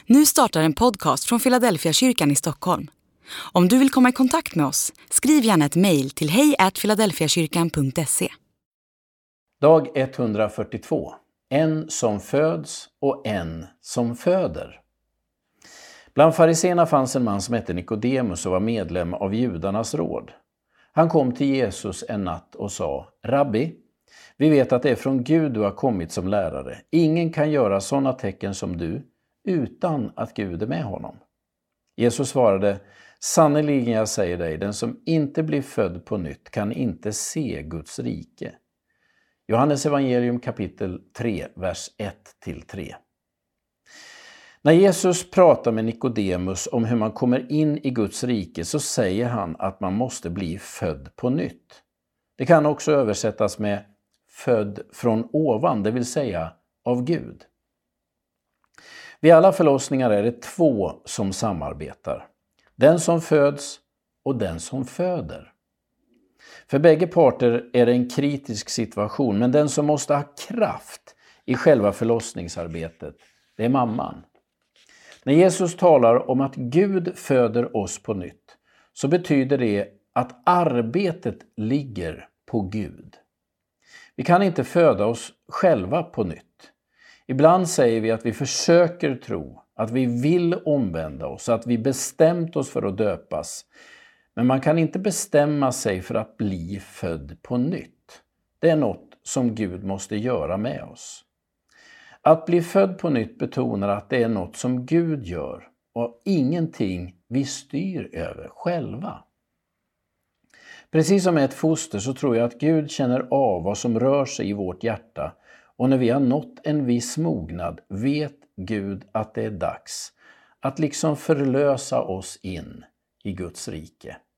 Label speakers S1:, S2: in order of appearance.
S1: Nu startar en podcast från Philadelphia kyrkan i Stockholm. Om du vill komma i kontakt med oss, skriv gärna ett mejl till hej@philadelphiakyrkan.se.
S2: Dag 142. En som föds och en som föder. Bland fariséerna fanns en man som hette Nikodemus och var medlem av judarnas råd. Han kom till Jesus en natt och sa: Rabbi, vi vet att det är från Gud du har kommit som lärare. Ingen kan göra sådana tecken som du utan att Gud är med honom. Jesus svarade: Sannerligen jag säger dig, den som inte blir född på nytt kan inte se Guds rike. Johannes evangelium kapitel 3, vers 1-3. När Jesus pratar med Nikodemus om hur man kommer in i Guds rike så säger han att man måste bli född på nytt. Det kan också översättas med född från ovan, det vill säga av Gud. Vid alla förlossningar är det två som samarbetar. Den som föds och den som föder. För bägge parter är det en kritisk situation, men den som måste ha kraft i själva förlossningsarbetet, det är mamman. När Jesus talar om att Gud föder oss på nytt så betyder det att arbetet ligger på Gud. Vi kan inte föda oss själva på nytt. Ibland säger vi att vi försöker tro, att vi vill omvända oss, att vi bestämt oss för att döpas. Men man kan inte bestämma sig för att bli född på nytt. Det är något som Gud måste göra med oss. Att bli född på nytt betonar att det är något som Gud gör och ingenting vi styr över själva. Precis som med ett foster så tror jag att Gud känner av vad som rör sig i vårt hjärta. Och när vi har nått en viss mognad vet Gud att det är dags att liksom förlösa oss in i Guds rike.